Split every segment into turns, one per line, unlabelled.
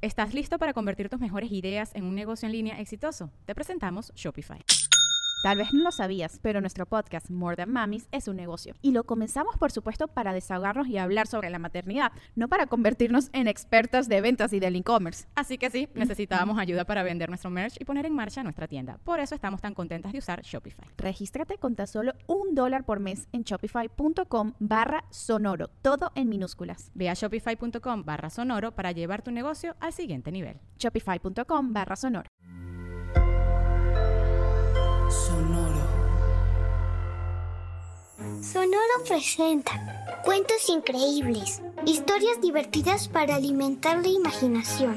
¿Estás listo para convertir tus mejores ideas en un negocio en línea exitoso? Te presentamos Shopify.
Tal vez no lo sabías, pero nuestro podcast More Than Mamis es un negocio. Y lo comenzamos, por supuesto, para desahogarnos y hablar sobre la maternidad, no para convertirnos en expertas de ventas y del e-commerce.
Así que sí, necesitábamos ayuda para vender nuestro merch y poner en marcha nuestra tienda. Por eso estamos tan contentas de usar Shopify.
Regístrate con tan solo $1 por mes en shopify.com/sonoro, todo en minúsculas.
Ve a shopify.com/sonoro para llevar tu negocio al siguiente nivel.
Shopify.com/sonoro.
Sonoro presenta cuentos increíbles, historias divertidas para alimentar la imaginación.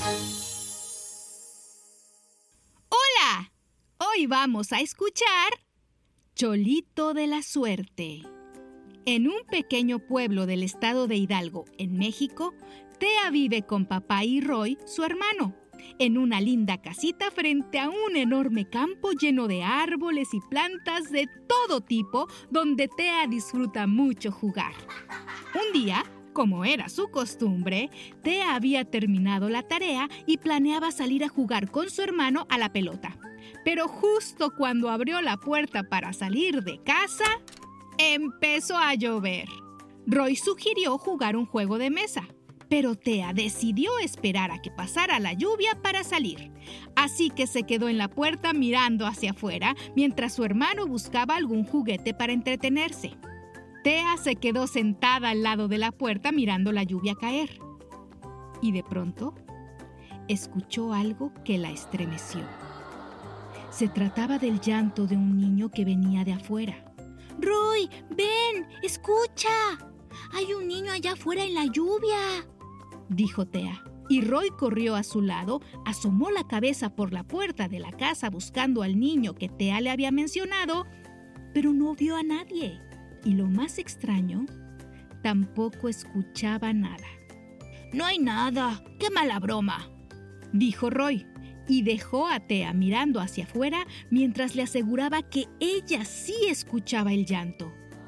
¡Hola! Hoy vamos a escuchar Cholito de la Suerte. En un pequeño pueblo del estado de Hidalgo, en México, Tea vive con papá y Roy, su hermano, en una linda casita frente a un enorme campo lleno de árboles y plantas de todo tipo, donde Tea disfruta mucho jugar. Un día, como era su costumbre, Tea había terminado la tarea y planeaba salir a jugar con su hermano a la pelota. Pero justo cuando abrió la puerta para salir de casa, empezó a llover. Roy sugirió jugar un juego de mesa, pero Tea decidió esperar a que pasara la lluvia para salir. Así que se quedó en la puerta mirando hacia afuera mientras su hermano buscaba algún juguete para entretenerse. Tea se quedó sentada al lado de la puerta mirando la lluvia caer. Y de pronto, escuchó algo que la estremeció. Se trataba del llanto de un niño que venía de afuera.
¡Roy, ven! ¡Escucha! ¡Hay un niño allá afuera en la lluvia!,
dijo Tea. Y Roy corrió a su lado, asomó la cabeza por la puerta de la casa buscando al niño que Tea le había mencionado, pero no vio a nadie. Y lo más extraño, tampoco escuchaba nada.
¡No hay nada! ¡Qué mala broma!,
dijo Roy, y dejó a Tea mirando hacia afuera mientras le aseguraba que ella sí escuchaba el llanto.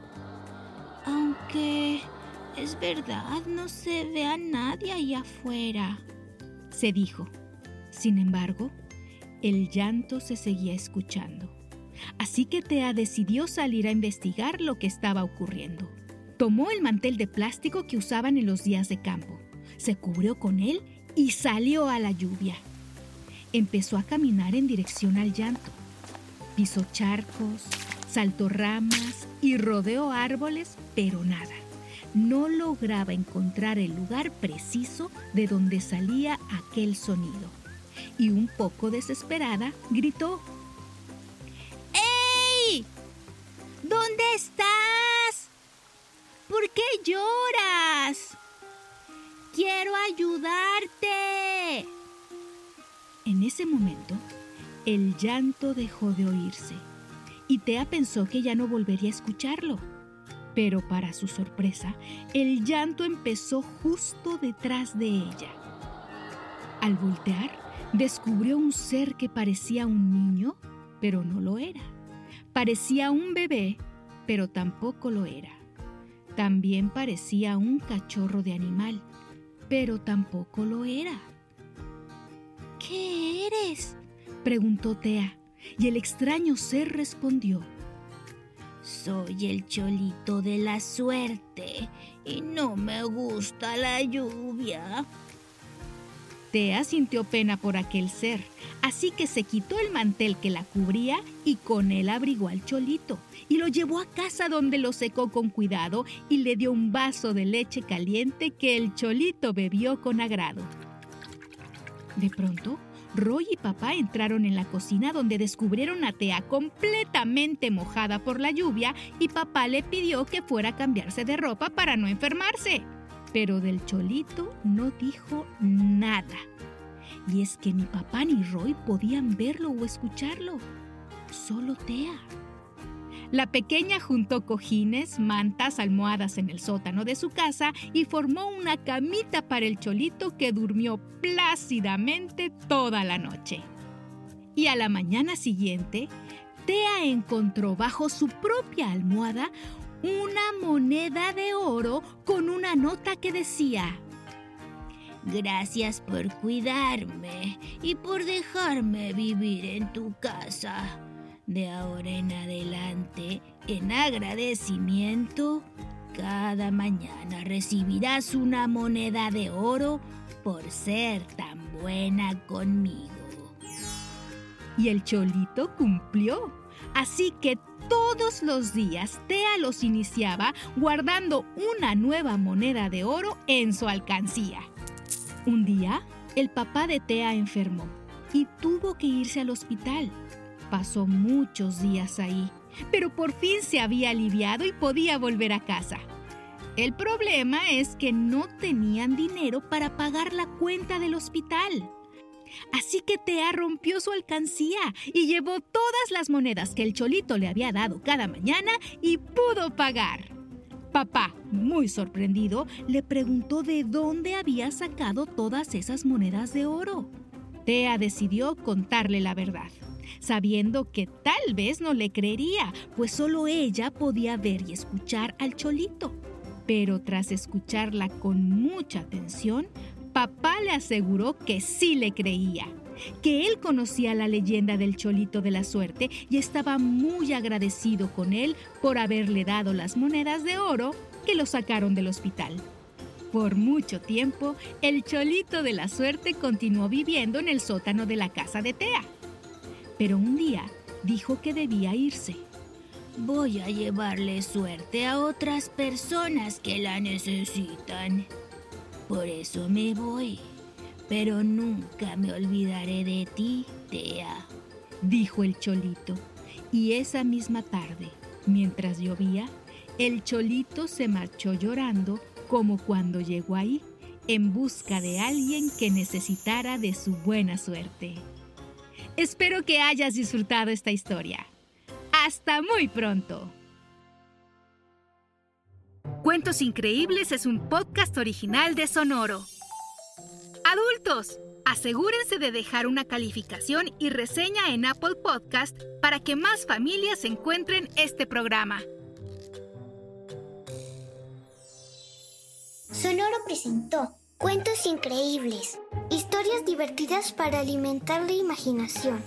Aunque es verdad, no se ve a nadie allá afuera,
se dijo. Sin embargo, el llanto se seguía escuchando. Así que Tea decidió salir a investigar lo que estaba ocurriendo. Tomó el mantel de plástico que usaban en los días de campo, se cubrió con él y salió a la lluvia. Empezó a caminar en dirección al llanto. Pisó charcos, saltó ramas y rodeó árboles, pero nada. No lograba encontrar el lugar preciso de donde salía aquel sonido. Y un poco desesperada, gritó:
¡Ey! ¿Dónde estás? ¿Por qué lloras? ¡Quiero ayudarte!
En ese momento, el llanto dejó de oírse y Tea pensó que ya no volvería a escucharlo. Pero para su sorpresa, el llanto empezó justo detrás de ella. Al voltear, descubrió un ser que parecía un niño, pero no lo era. Parecía un bebé, pero tampoco lo era. También parecía un cachorro de animal, pero tampoco lo era.
¿Qué eres?,
preguntó Tea, y el extraño ser respondió:
Soy el Cholito de la Suerte y no me gusta la lluvia.
Tea sintió pena por aquel ser, así que se quitó el mantel que la cubría y con él abrigó al Cholito y lo llevó a casa, donde lo secó con cuidado y le dio un vaso de leche caliente que el Cholito bebió con agrado. De pronto, Roy y papá entraron en la cocina, donde descubrieron a Tea completamente mojada por la lluvia, y papá le pidió que fuera a cambiarse de ropa para no enfermarse. Pero del Cholito no dijo nada. Y es que ni papá ni Roy podían verlo o escucharlo, solo Tea. La pequeña juntó cojines, mantas, almohadas en el sótano de su casa y formó una camita para el Cholito, que durmió plácidamente toda la noche. Y a la mañana siguiente, Tea encontró bajo su propia almohada una moneda de oro con una nota que decía:
Gracias por cuidarme y por dejarme vivir en tu casa. De ahora en adelante, en agradecimiento, cada mañana recibirás una moneda de oro por ser tan buena conmigo.
Y el cholito cumplió. Así que todos los días Tea los iniciaba guardando una nueva moneda de oro en su alcancía. Un día, el papá de Tea enfermó y tuvo que irse al hospital. Pasó muchos días ahí, pero por fin se había aliviado y podía volver a casa. El problema es que no tenían dinero para pagar la cuenta del hospital. Así que Tea rompió su alcancía y llevó todas las monedas que el cholito le había dado cada mañana y pudo pagar. Papá, muy sorprendido, le preguntó de dónde había sacado todas esas monedas de oro. Tea decidió contarle la verdad, sabiendo que tal vez no le creería, pues solo ella podía ver y escuchar al cholito. Pero tras escucharla con mucha atención, papá le aseguró que sí le creía, que él conocía la leyenda del cholito de la suerte y estaba muy agradecido con él por haberle dado las monedas de oro que lo sacaron del hospital. Por mucho tiempo, el cholito de la suerte continuó viviendo en el sótano de la casa de Tea. Pero un día dijo que debía irse.
Voy a llevarle suerte a otras personas que la necesitan. Por eso me voy, pero nunca me olvidaré de ti, Tea,
dijo el cholito. Y esa misma tarde, mientras llovía, el cholito se marchó llorando como cuando llegó ahí, en busca de alguien que necesitara de su buena suerte. Espero que hayas disfrutado esta historia. ¡Hasta muy pronto! Cuentos Increíbles es un podcast original de Sonoro. Adultos, asegúrense de dejar una calificación y reseña en Apple Podcast para que más familias encuentren este programa.
Sonoro presentó Cuentos Increíbles, historias divertidas para alimentar la imaginación.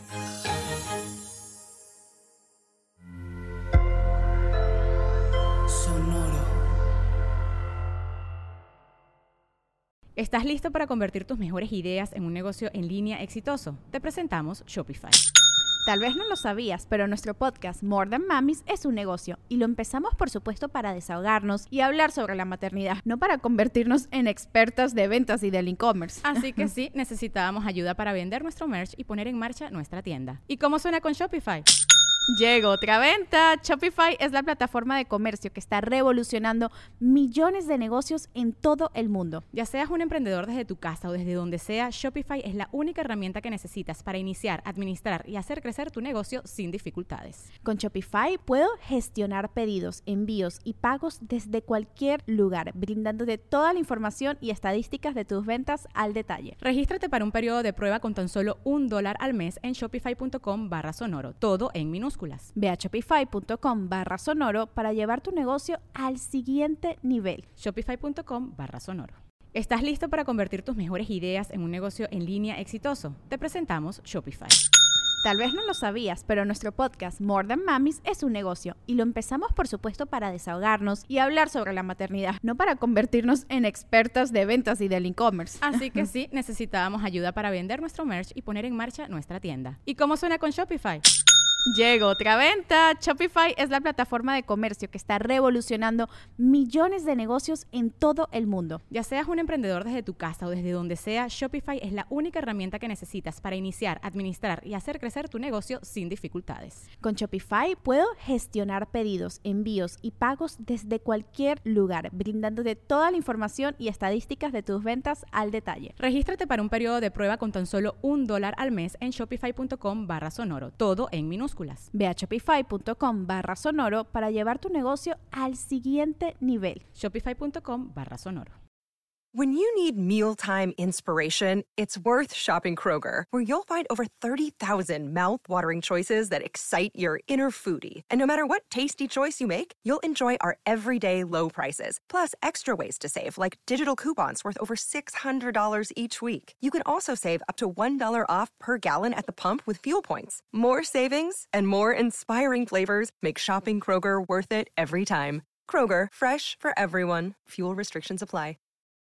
¿Estás listo para convertir tus mejores ideas en un negocio en línea exitoso? Te presentamos Shopify.
Tal vez no lo sabías, pero nuestro podcast More Than Mamis es un negocio y lo empezamos por supuesto para desahogarnos y hablar sobre la maternidad, no para convertirnos en expertas de ventas y del e-commerce.
Así que sí, necesitábamos ayuda para vender nuestro merch y poner en marcha nuestra tienda. ¿Y cómo suena con Shopify?
Llegó otra venta. Shopify es la plataforma de comercio que está revolucionando millones de negocios en todo el mundo.
Ya seas un emprendedor desde tu casa o desde donde sea, Shopify es la única herramienta que necesitas para iniciar, administrar y hacer crecer tu negocio sin dificultades.
Con Shopify puedo gestionar pedidos, envíos y pagos desde cualquier lugar, brindándote toda la información y estadísticas de tus ventas al detalle.
Regístrate para un periodo de prueba con tan solo $1 al mes en shopify.com/sonoro, todo en minúsculas.
Ve a shopify.com/sonoro para llevar tu negocio al siguiente nivel.
Shopify.com/sonoro. ¿Estás listo para convertir tus mejores ideas en un negocio en línea exitoso? Te presentamos Shopify.
Tal vez no lo sabías, pero nuestro podcast More Than Mamis es un negocio y lo empezamos por supuesto para desahogarnos y hablar sobre la maternidad, no para convertirnos en expertas de ventas y del e-commerce.
Así que sí, necesitábamos ayuda para vender nuestro merch y poner en marcha nuestra tienda. ¿Y cómo suena con Shopify?
Llegó otra venta. Shopify es la plataforma de comercio que está revolucionando millones de negocios en todo el mundo.
Ya seas un emprendedor desde tu casa o desde donde sea, Shopify es la única herramienta que necesitas para iniciar, administrar y hacer crecer tu negocio sin dificultades.
Con Shopify puedo gestionar pedidos, envíos y pagos desde cualquier lugar, brindándote toda la información y estadísticas de tus ventas al detalle.
Regístrate para un periodo de prueba con tan solo $1 al mes en shopify.com/sonoro, todo en minúsculas.
Ve a shopify.com/sonoro para llevar tu negocio al siguiente nivel.
Shopify.com/sonoro.
When you need mealtime inspiration, it's worth shopping Kroger, where you'll find over 30,000 mouth-watering choices that excite your inner foodie. And no matter what tasty choice you make, you'll enjoy our everyday low prices, plus extra ways to save, like digital coupons worth over $600 each week. You can also save up to $1 off per gallon at the pump with fuel points. More savings and more inspiring flavors make shopping Kroger worth it every time. Kroger, fresh for everyone. Fuel restrictions apply.